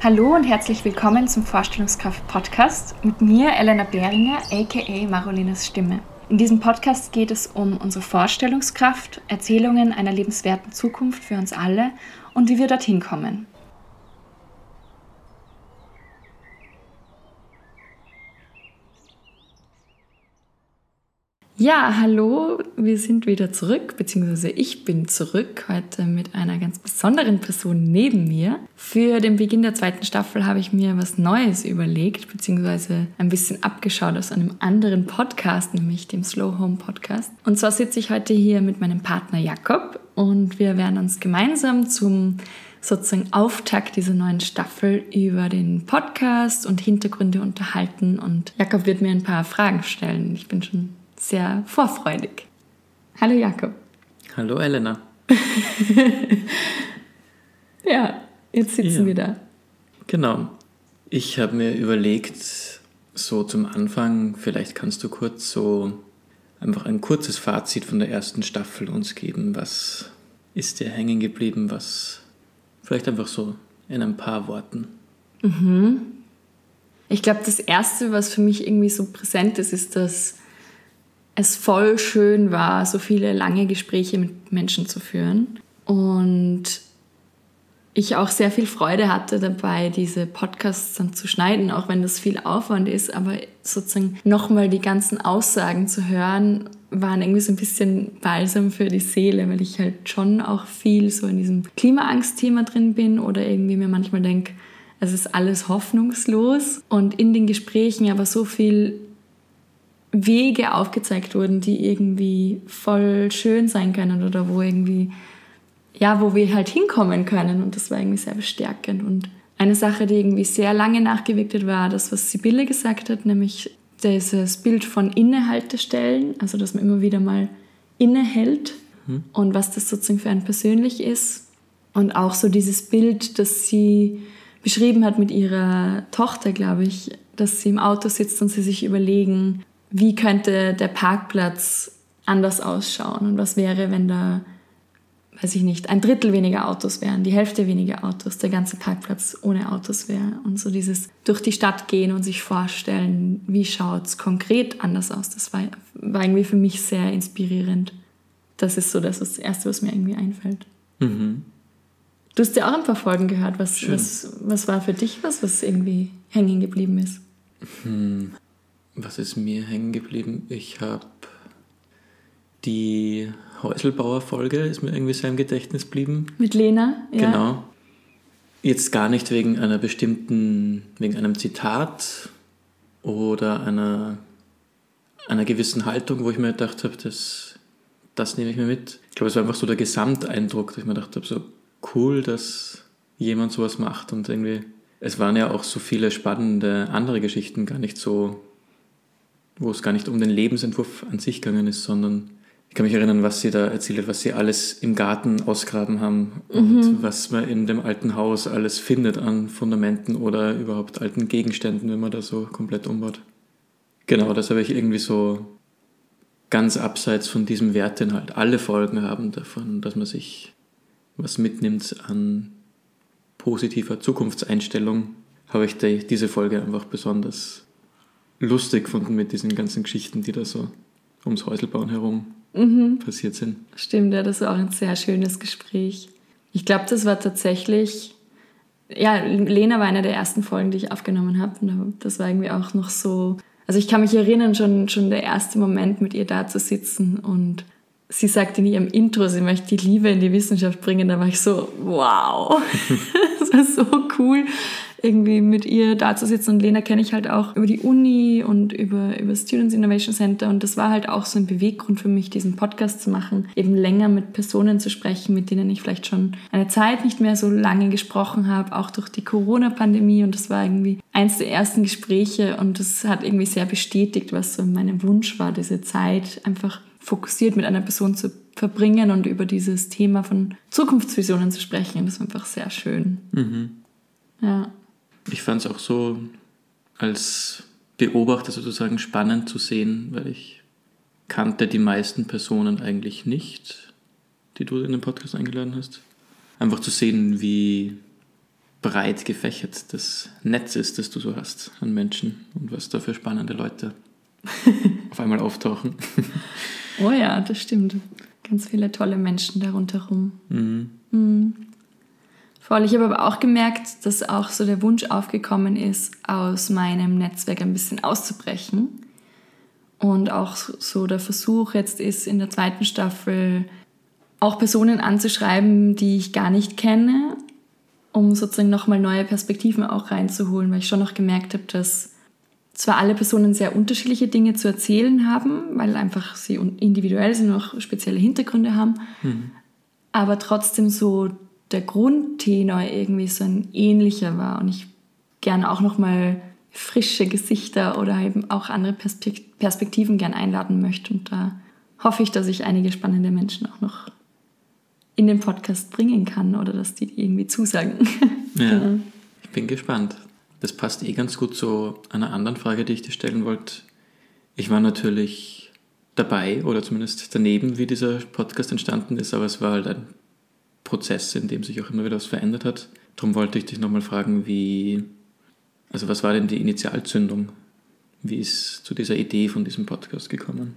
Hallo und herzlich willkommen zum Vorstellungskraft-Podcast mit mir, Elena Behringer, aka Marolinas Stimme. In diesem Podcast geht es um unsere Vorstellungskraft, Erzählungen einer lebenswerten Zukunft für uns alle und wie wir dorthin kommen. Ja, hallo, wir sind wieder zurück, beziehungsweise ich bin zurück, heute mit einer ganz besonderen Person neben mir. Für den Beginn der 2. Staffel habe ich mir was Neues überlegt, beziehungsweise ein bisschen abgeschaut aus einem anderen Podcast, nämlich dem Slow Home Podcast. Und zwar sitze ich heute hier mit meinem Partner Jakob und wir werden uns gemeinsam zum sozusagen Auftakt dieser neuen Staffel über den Podcast und Hintergründe unterhalten und Jakob wird mir ein paar Fragen stellen. Ich bin schon sehr vorfreudig. Hallo Jakob. Hallo Elena. Ja, jetzt sitzen wir da. Genau. Ich habe mir überlegt, so zum Anfang, vielleicht kannst du kurz so einfach ein kurzes Fazit von der 1. Staffel uns geben. Was ist dir hängen geblieben? Was vielleicht einfach so in ein paar Worten. Ich glaube, das Erste, was für mich irgendwie so präsent ist, ist, dass es voll schön war, so viele lange Gespräche mit Menschen zu führen. Und ich auch sehr viel Freude hatte dabei, diese Podcasts dann zu schneiden, auch wenn das viel Aufwand ist. Aber sozusagen nochmal die ganzen Aussagen zu hören, waren irgendwie so ein bisschen Balsam für die Seele, weil ich halt schon auch viel so in diesem Klimaangst-Thema drin bin oder irgendwie mir manchmal denke, es ist alles hoffnungslos. Und in den Gesprächen aber so viel Wege aufgezeigt wurden, die irgendwie voll schön sein können oder wo irgendwie, ja, wo wir halt hinkommen können und das war irgendwie sehr bestärkend. Und eine Sache, die irgendwie sehr lange nachgewirkt hat, war das, was Sibylle gesagt hat, nämlich dieses Bild von Innehaltestellen, also dass man immer wieder mal innehält und was das sozusagen für einen persönlich ist und auch so dieses Bild, das sie beschrieben hat mit ihrer Tochter, glaube ich, dass sie im Auto sitzt und sie sich überlegen, wie könnte der Parkplatz anders ausschauen und was wäre, wenn da, weiß ich nicht, 1/3 weniger Autos wären, die Hälfte weniger Autos, der ganze Parkplatz ohne Autos wäre. Und so dieses durch die Stadt gehen und sich vorstellen, wie schaut es konkret anders aus, das war irgendwie für mich sehr inspirierend. Das ist so das Erste, was mir irgendwie einfällt. Mhm. Du hast ja auch ein paar Folgen gehört. Was war für dich was irgendwie hängen geblieben ist? Was ist mir hängen geblieben? Ich habe die Häuselbauer-Folge, ist mir irgendwie sehr im Gedächtnis geblieben. Mit Lena? Ja. Genau. Jetzt gar nicht wegen wegen einem Zitat oder einer gewissen Haltung, wo ich mir gedacht habe, das nehme ich mir mit. Ich glaube, es war einfach so der Gesamteindruck, dass ich mir gedacht habe, so cool, dass jemand sowas macht und irgendwie, es waren ja auch so viele spannende andere Geschichten, gar nicht so, wo es gar nicht um den Lebensentwurf an sich gegangen ist, sondern ich kann mich erinnern, was sie da erzählt hat, was sie alles im Garten ausgraben haben und was man in dem alten Haus alles findet an Fundamenten oder überhaupt alten Gegenständen, wenn man da so komplett umbaut. Genau, das habe ich irgendwie so ganz abseits von diesem Wertinhalt. Alle Folgen haben davon, dass man sich was mitnimmt an positiver Zukunftseinstellung, habe ich diese Folge einfach besonders lustig gefunden mit diesen ganzen Geschichten, die da so ums Häuselbauen herum passiert sind. Stimmt, ja, das war auch ein sehr schönes Gespräch. Ich glaube, das war tatsächlich, ja, Lena war eine der ersten Folgen, die ich aufgenommen habe. Und das war irgendwie auch noch so, also ich kann mich erinnern, schon der erste Moment, mit ihr da zu sitzen und sie sagt in ihrem Intro, sie möchte die Liebe in die Wissenschaft bringen. Da war ich so, wow, das war so cool, irgendwie mit ihr da zu sitzen. Und Lena kenne ich halt auch über die Uni und über Students Innovation Center. Und das war halt auch so ein Beweggrund für mich, diesen Podcast zu machen, eben länger mit Personen zu sprechen, mit denen ich vielleicht schon eine Zeit nicht mehr so lange gesprochen habe, auch durch die Corona-Pandemie. Und das war irgendwie eins der ersten Gespräche und das hat irgendwie sehr bestätigt, was so mein Wunsch war, diese Zeit einfach fokussiert mit einer Person zu verbringen und über dieses Thema von Zukunftsvisionen zu sprechen. Das war einfach sehr schön. Ja. Ich fand es auch so als Beobachter sozusagen spannend zu sehen, weil ich kannte die meisten Personen eigentlich nicht, die du in den Podcast eingeladen hast. Einfach zu sehen, wie breit gefächert das Netz ist, das du so hast an Menschen und was da für spannende Leute auf einmal auftauchen. Oh ja, das stimmt. Ganz viele tolle Menschen da rundherum. Voll. Ich habe aber auch gemerkt, dass auch so der Wunsch aufgekommen ist, aus meinem Netzwerk ein bisschen auszubrechen. Und auch so der Versuch jetzt ist, in der 2. Staffel auch Personen anzuschreiben, die ich gar nicht kenne, um sozusagen nochmal neue Perspektiven auch reinzuholen, weil ich schon noch gemerkt habe, dass zwar alle Personen sehr unterschiedliche Dinge zu erzählen haben, weil einfach sie individuell sind und auch spezielle Hintergründe haben, aber trotzdem so der Grundtenor irgendwie so ein ähnlicher war und ich gerne auch nochmal frische Gesichter oder eben auch andere Perspektiven gern einladen möchte. Und da hoffe ich, dass ich einige spannende Menschen auch noch in den Podcast bringen kann oder dass die irgendwie zusagen. Ja, Genau. ich bin gespannt. Das passt ganz gut zu einer anderen Frage, die ich dir stellen wollte. Ich war natürlich dabei oder zumindest daneben, wie dieser Podcast entstanden ist, aber es war halt ein Prozess, in dem sich auch immer wieder was verändert hat. Darum wollte ich dich nochmal fragen, was war denn die Initialzündung? Wie ist zu dieser Idee von diesem Podcast gekommen?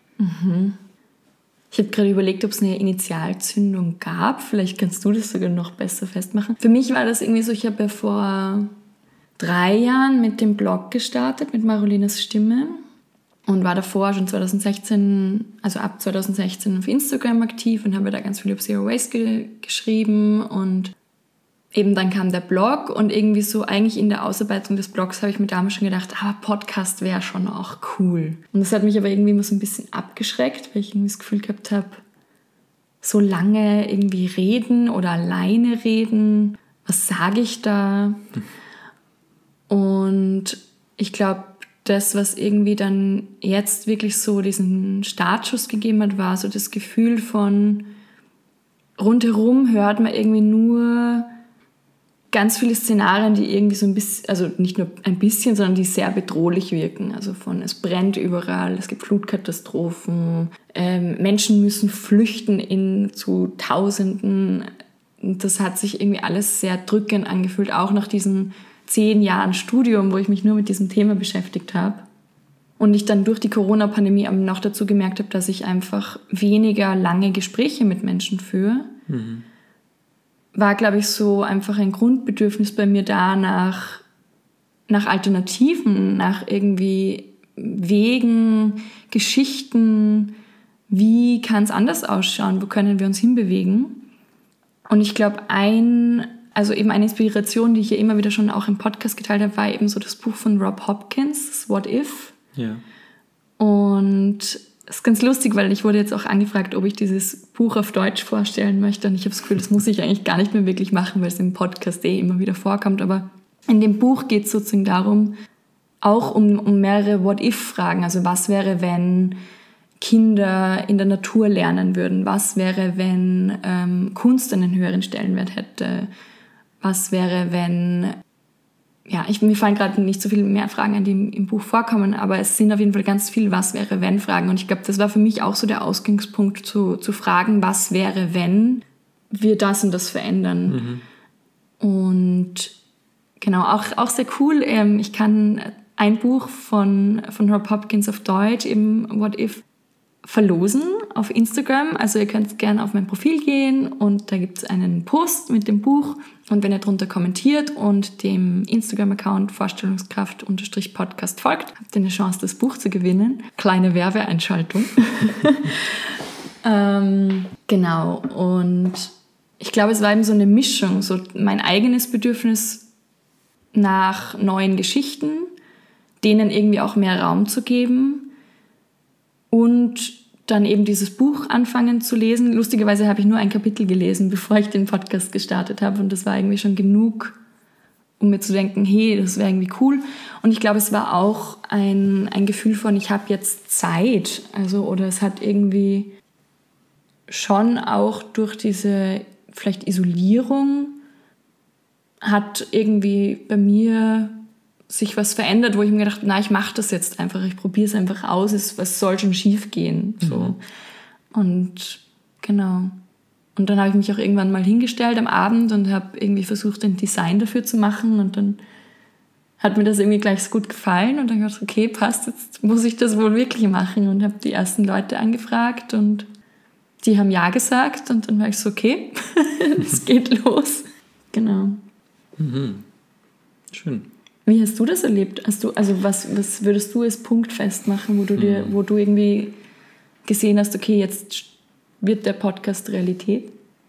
Ich habe gerade überlegt, ob es eine Initialzündung gab. Vielleicht kannst du das sogar noch besser festmachen. Für mich war das irgendwie so, ich habe ja vor 3 Jahren mit dem Blog gestartet, mit Marolinas Stimme. Und war davor schon 2016, also ab 2016 auf Instagram aktiv und habe da ganz viel über Zero Waste geschrieben. Und eben dann kam der Blog und irgendwie so eigentlich in der Ausarbeitung des Blogs habe ich mir damals schon gedacht, aber Podcast wäre schon auch cool. Und das hat mich aber irgendwie immer so ein bisschen abgeschreckt, weil ich irgendwie das Gefühl gehabt habe, so lange irgendwie reden oder alleine reden, was sage ich da? Und ich glaube, das, was irgendwie dann jetzt wirklich so diesen Startschuss gegeben hat, war so das Gefühl von rundherum hört man irgendwie nur ganz viele Szenarien, die irgendwie so ein bisschen, also nicht nur ein bisschen, sondern die sehr bedrohlich wirken. Also von es brennt überall, es gibt Flutkatastrophen, Menschen müssen flüchten zu Tausenden. Und das hat sich irgendwie alles sehr drückend angefühlt, auch nach diesen 10 Jahren Studium, wo ich mich nur mit diesem Thema beschäftigt habe. Und ich dann durch die Corona-Pandemie noch dazu gemerkt habe, dass ich einfach weniger lange Gespräche mit Menschen führe. War, glaube ich, so einfach ein Grundbedürfnis bei mir da nach Alternativen, nach irgendwie Wegen, Geschichten. Wie kann es anders ausschauen? Wo können wir uns hinbewegen? Und ich glaube, also eben eine Inspiration, die ich ja immer wieder schon auch im Podcast geteilt habe, war eben so das Buch von Rob Hopkins, das What If. Ja. Und es ist ganz lustig, weil ich wurde jetzt auch angefragt, ob ich dieses Buch auf Deutsch vorstellen möchte. Und ich habe das Gefühl, das muss ich eigentlich gar nicht mehr wirklich machen, weil es im Podcast immer wieder vorkommt. Aber in dem Buch geht es sozusagen darum, auch um mehrere What-If-Fragen. Also was wäre, wenn Kinder in der Natur lernen würden? Was wäre, wenn Kunst einen höheren Stellenwert hätte? Was wäre, wenn... Ja, mir fallen gerade nicht so viele mehr Fragen ein, die im Buch vorkommen, aber es sind auf jeden Fall ganz viel Was-wäre-wenn-Fragen. Und ich glaube, das war für mich auch so der Ausgangspunkt zu fragen, was wäre, wenn wir das und das verändern. Und genau, auch sehr cool. Ich kann ein Buch von Rob Hopkins auf Deutsch, eben What If, verlosen auf Instagram. Also ihr könnt gerne auf mein Profil gehen und da gibt es einen Post mit dem Buch. Und wenn ihr drunter kommentiert und dem Instagram-Account Vorstellungskraft_Podcast folgt, habt ihr eine Chance, das Buch zu gewinnen. Kleine Werbeeinschaltung. Genau. Und ich glaube, es war eben so eine Mischung, so mein eigenes Bedürfnis nach neuen Geschichten, denen irgendwie auch mehr Raum zu geben und dann eben dieses Buch anfangen zu lesen. Lustigerweise habe ich nur ein Kapitel gelesen, bevor ich den Podcast gestartet habe. Und das war irgendwie schon genug, um mir zu denken, hey, das wäre irgendwie cool. Und ich glaube, es war auch ein Gefühl von, ich habe jetzt Zeit. Also, oder es hat irgendwie schon auch durch diese vielleicht Isolierung hat irgendwie bei mir sich was verändert, wo ich mir gedacht habe, ich mache das jetzt einfach, ich probiere es einfach aus, was soll schon schief gehen. So. Und genau. Und dann habe ich mich auch irgendwann mal hingestellt am Abend und habe irgendwie versucht, ein Design dafür zu machen. Und dann hat mir das irgendwie gleich so gut gefallen. Und dann habe ich gedacht, okay, passt, jetzt muss ich das wohl wirklich machen. Und habe die ersten Leute angefragt und die haben ja gesagt. Und dann war ich so, okay, es geht los. Genau. Schön. Wie hast du das erlebt? Was würdest du als Punkt festmachen, wo du irgendwie gesehen hast, okay, jetzt wird der Podcast Realität?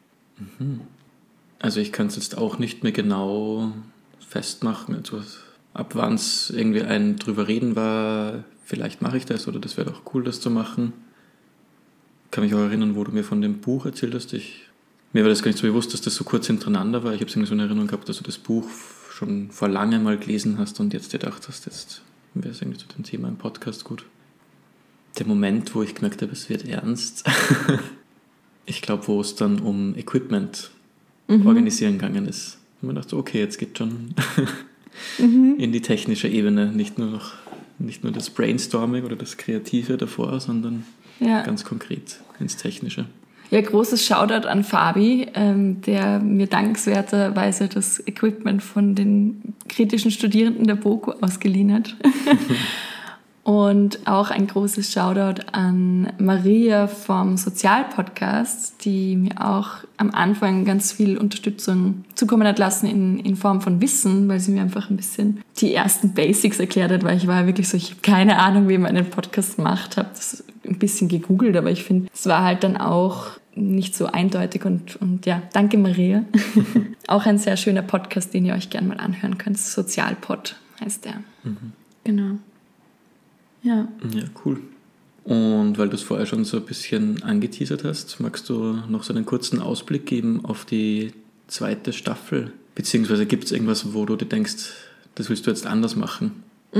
Also ich kann es jetzt auch nicht mehr genau festmachen, also ab wann es irgendwie ein drüber reden war, vielleicht mache ich das oder das wäre doch cool, das zu machen. Ich kann mich auch erinnern, wo du mir von dem Buch erzählt hast. Mir war das gar nicht so bewusst, dass das so kurz hintereinander war. Ich habe irgendwie so eine Erinnerung gehabt, dass du das Buch schon vor lange mal gelesen hast und jetzt dir gedacht hast, jetzt wäre es irgendwie zu dem Thema im Podcast gut. Der Moment, wo ich gemerkt habe, es wird ernst, ich glaube, wo es dann um Equipment organisieren gegangen ist. Und man dachte, okay, jetzt geht schon in die technische Ebene, nicht nur das Brainstorming oder das Kreative davor, sondern ganz konkret ins Technische. Ja, großes Shoutout an Fabi, der mir dankenswerterweise das Equipment von den kritischen Studierenden der BOKU ausgeliehen hat. Und auch ein großes Shoutout an Maria vom Sozialpodcast, die mir auch am Anfang ganz viel Unterstützung zukommen hat lassen in Form von Wissen, weil sie mir einfach ein bisschen die ersten Basics erklärt hat, weil ich war wirklich so, ich habe keine Ahnung, wie man einen Podcast macht, habe das ein bisschen gegoogelt, aber ich finde, es war halt dann auch nicht so eindeutig und ja, danke Maria. Auch ein sehr schöner Podcast, den ihr euch gerne mal anhören könnt. Sozialpod heißt der. Genau. Ja, cool. Und weil du es vorher schon so ein bisschen angeteasert hast, magst du noch so einen kurzen Ausblick geben auf die 2. Staffel? Beziehungsweise gibt es irgendwas, wo du dir denkst, das willst du jetzt anders machen?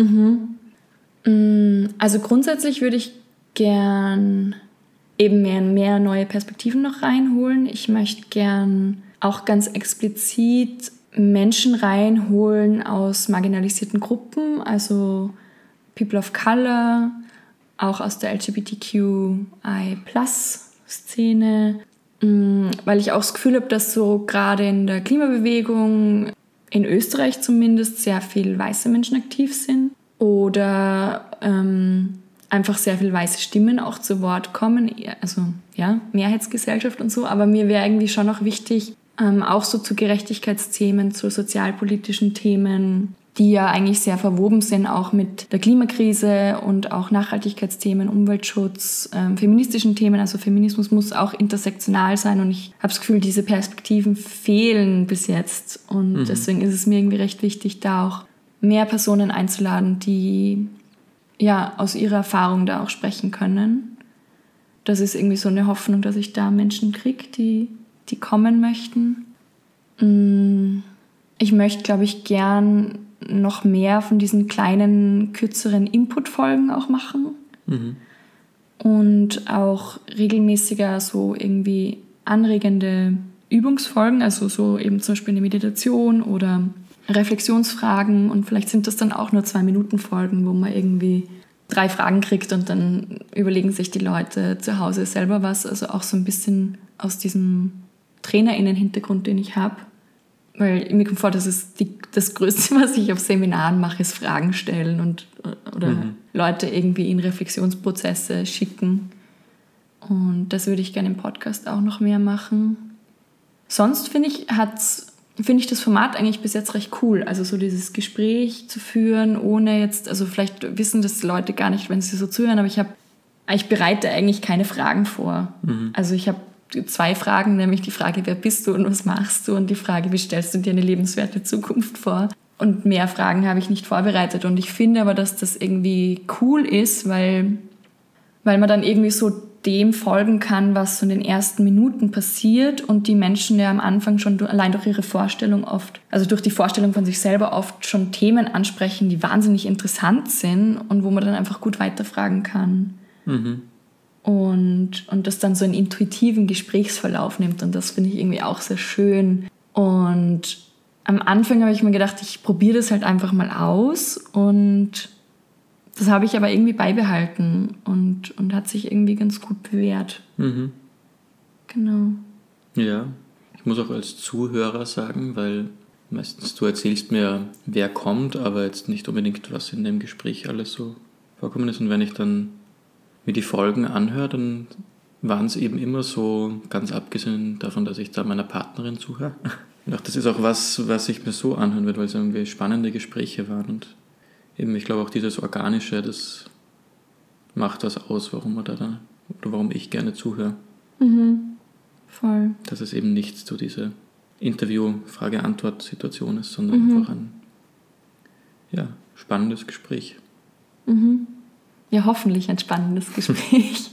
Also grundsätzlich würde ich gern eben mehr neue Perspektiven noch reinholen. Ich möchte gern auch ganz explizit Menschen reinholen aus marginalisierten Gruppen, also People of Color, auch aus der LGBTQI+-Szene, weil ich auch das Gefühl habe, dass so gerade in der Klimabewegung, in Österreich zumindest, sehr viel weiße Menschen aktiv sind oder einfach sehr viel weiße Stimmen auch zu Wort kommen, also ja, Mehrheitsgesellschaft und so, aber mir wäre irgendwie schon noch wichtig, auch so zu Gerechtigkeitsthemen, zu sozialpolitischen Themen, die ja eigentlich sehr verwoben sind, auch mit der Klimakrise und auch Nachhaltigkeitsthemen, Umweltschutz, feministischen Themen. Also Feminismus muss auch intersektional sein und ich habe das Gefühl, diese Perspektiven fehlen bis jetzt. Und deswegen ist es mir irgendwie recht wichtig, da auch mehr Personen einzuladen, die ja aus ihrer Erfahrung da auch sprechen können. Das ist irgendwie so eine Hoffnung, dass ich da Menschen kriege, die kommen möchten. Ich möchte, glaube ich, gern noch mehr von diesen kleinen, kürzeren Input-Folgen auch machen. Und auch regelmäßiger so irgendwie anregende Übungsfolgen, also so eben zum Beispiel eine Meditation oder Reflexionsfragen und vielleicht sind das dann auch nur 2-Minuten-Folgen, wo man irgendwie 3 Fragen kriegt und dann überlegen sich die Leute zu Hause selber was, also auch so ein bisschen aus diesem TrainerInnen-Hintergrund, den ich habe. Weil mir kommt vor, das ist das Größte, was ich auf Seminaren mache, ist Fragen stellen oder Leute irgendwie in Reflexionsprozesse schicken. Und das würde ich gerne im Podcast auch noch mehr machen. Sonst finde ich das Format eigentlich bis jetzt recht cool. Also so dieses Gespräch zu führen, ohne jetzt, also vielleicht wissen das Leute gar nicht, wenn sie so zuhören, aber ich bereite eigentlich keine Fragen vor. Also ich habe 2 Fragen, nämlich die Frage, wer bist du und was machst du? Und die Frage, wie stellst du dir eine lebenswerte Zukunft vor? Und mehr Fragen habe ich nicht vorbereitet. Und ich finde aber, dass das irgendwie cool ist, weil man dann irgendwie so dem folgen kann, was so in den ersten Minuten passiert und die Menschen ja am Anfang schon allein durch ihre Vorstellung oft, also durch die Vorstellung von sich selber oft schon Themen ansprechen, die wahnsinnig interessant sind und wo man dann einfach gut weiterfragen kann. Und das dann so einen intuitiven Gesprächsverlauf nimmt und das finde ich irgendwie auch sehr schön. Und am Anfang habe ich mir gedacht, ich probiere das halt einfach mal aus und das habe ich aber irgendwie beibehalten und hat sich irgendwie ganz gut bewährt. Genau. Ja, ich muss auch als Zuhörer sagen, weil meistens du erzählst mir, wer kommt, aber jetzt nicht unbedingt, was in dem Gespräch alles so vorkommen ist. Und wenn ich dann mir die Folgen anhöre, dann waren es eben immer so, ganz abgesehen davon, dass ich da meiner Partnerin zuhöre. Und auch das ist auch was ich mir so anhören würde, weil es irgendwie spannende Gespräche waren. Und eben, ich glaube auch dieses Organische, das macht das aus, warum man oder warum ich gerne zuhöre. Voll. Dass es eben nicht so diese Interview-Frage-Antwort-Situation ist, sondern einfach ein spannendes Gespräch. Ja, hoffentlich ein spannendes Gespräch.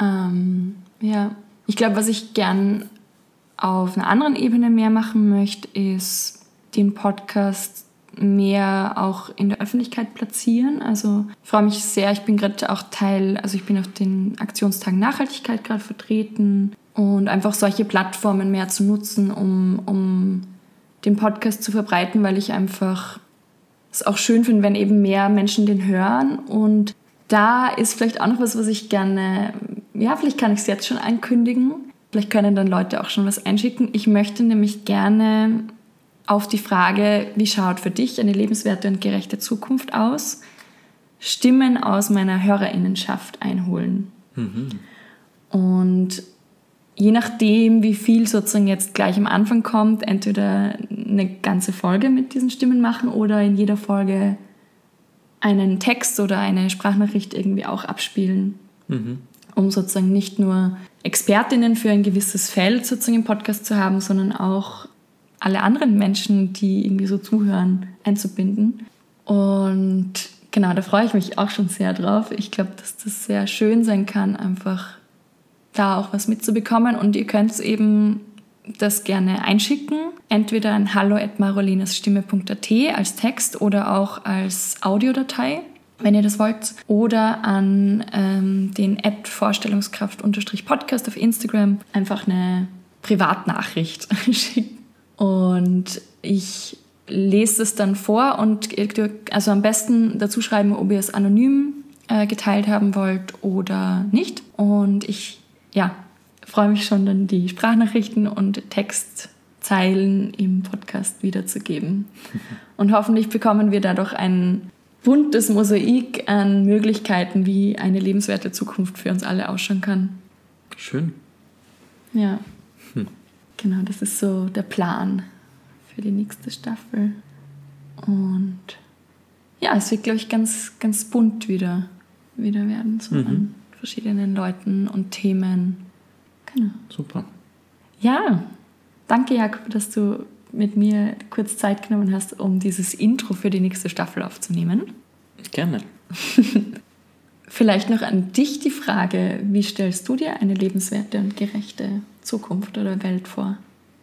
Ich glaube, was ich gern auf einer anderen Ebene mehr machen möchte, ist den Podcast mehr auch in der Öffentlichkeit platzieren. Also ich freue mich sehr, ich bin gerade auch ich bin auf den Aktionstagen Nachhaltigkeit gerade vertreten und einfach solche Plattformen mehr zu nutzen, um den Podcast zu verbreiten, weil ich einfach es auch schön finde, wenn eben mehr Menschen den hören. Und da ist vielleicht auch noch was ich gerne, vielleicht kann ich es jetzt schon ankündigen, vielleicht können dann Leute auch schon was einschicken. Ich möchte nämlich gerne auf die Frage, wie schaut für dich eine lebenswerte und gerechte Zukunft aus, Stimmen aus meiner HörerInnenschaft einholen. Und je nachdem, wie viel sozusagen jetzt gleich am Anfang kommt, entweder eine ganze Folge mit diesen Stimmen machen oder in jeder Folge einen Text oder eine Sprachnachricht irgendwie auch abspielen, um sozusagen nicht nur ExpertInnen für ein gewisses Feld sozusagen im Podcast zu haben, sondern auch alle anderen Menschen, die irgendwie so zuhören, einzubinden. Und genau, da freue ich mich auch schon sehr drauf. Ich glaube, dass das sehr schön sein kann, einfach da auch was mitzubekommen. Und ihr könnt eben das gerne einschicken, entweder an hallo@marolenasstimme.at als Text oder auch als Audiodatei, wenn ihr das wollt, oder an den @Vorstellungskraft_Podcast auf Instagram einfach eine Privatnachricht schicken. Und ich lese es dann vor und also am besten dazu schreiben, ob ihr es anonym geteilt haben wollt oder nicht. Und ich freue mich schon, dann die Sprachnachrichten und Textzeilen im Podcast wiederzugeben. Und hoffentlich bekommen wir dadurch ein buntes Mosaik an Möglichkeiten, wie eine lebenswerte Zukunft für uns alle ausschauen kann. Schön. Ja. Genau, das ist so der Plan für die nächste Staffel. Und ja, es wird, glaube ich, ganz, ganz bunt wieder werden, so an verschiedenen Leuten und Themen. Genau. Super. Ja, danke Jakob, dass du mit mir kurz Zeit genommen hast, um dieses Intro für die nächste Staffel aufzunehmen. Gerne. Vielleicht noch an dich die Frage, wie stellst du dir eine lebenswerte und gerechte Zukunft oder Welt vor?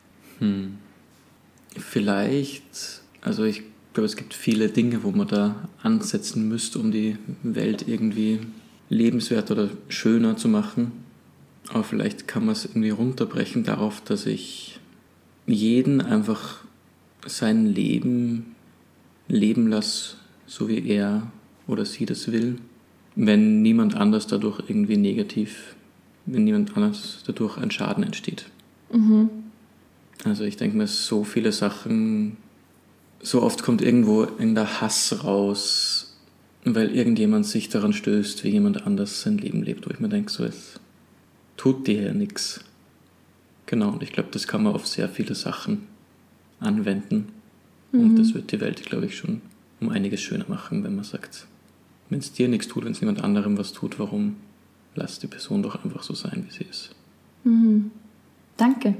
Vielleicht, also ich glaube, es gibt viele Dinge, wo man da ansetzen müsste, um die Welt irgendwie lebenswert oder schöner zu machen. Aber vielleicht kann man es irgendwie runterbrechen darauf, dass ich jeden einfach sein Leben leben lasse, so wie er oder sie das will, wenn niemand anders dadurch wenn niemand anders dadurch ein Schaden entsteht. Also ich denke mir, so viele Sachen, so oft kommt irgendwo irgendein Hass raus, weil irgendjemand sich daran stößt, wie jemand anders sein Leben lebt, wo ich mir denke, so, es tut dir ja nichts. Genau, und ich glaube, das kann man auf sehr viele Sachen anwenden. Und das wird die Welt, glaube ich, schon um einiges schöner machen, wenn man sagt, wenn es dir nichts tut, wenn es jemand anderem was tut, warum lass die Person doch einfach so sein, wie sie ist. Danke.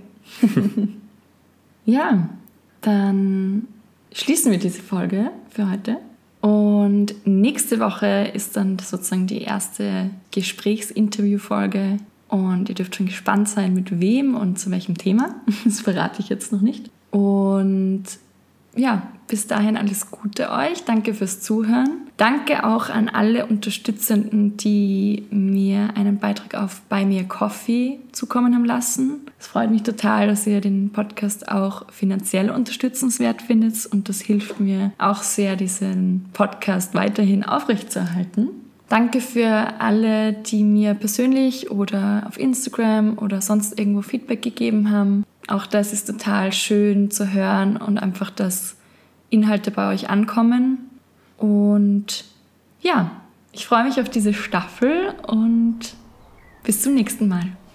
Ja, dann schließen wir diese Folge für heute. Und nächste Woche ist dann sozusagen die erste Gesprächsinterview-Folge. Und ihr dürft schon gespannt sein, mit wem und zu welchem Thema. Das verrate ich jetzt noch nicht. Und ja, bis dahin alles Gute euch. Danke fürs Zuhören. Danke auch an alle Unterstützenden, die mir einen Beitrag auf Buy Me a Coffee zukommen haben lassen. Es freut mich total, dass ihr den Podcast auch finanziell unterstützenswert findet. Und das hilft mir auch sehr, diesen Podcast weiterhin aufrechtzuerhalten. Danke für alle, die mir persönlich oder auf Instagram oder sonst irgendwo Feedback gegeben haben. Auch das ist total schön zu hören und einfach, dass Inhalte bei euch ankommen. Und ja, ich freue mich auf diese Staffel und bis zum nächsten Mal.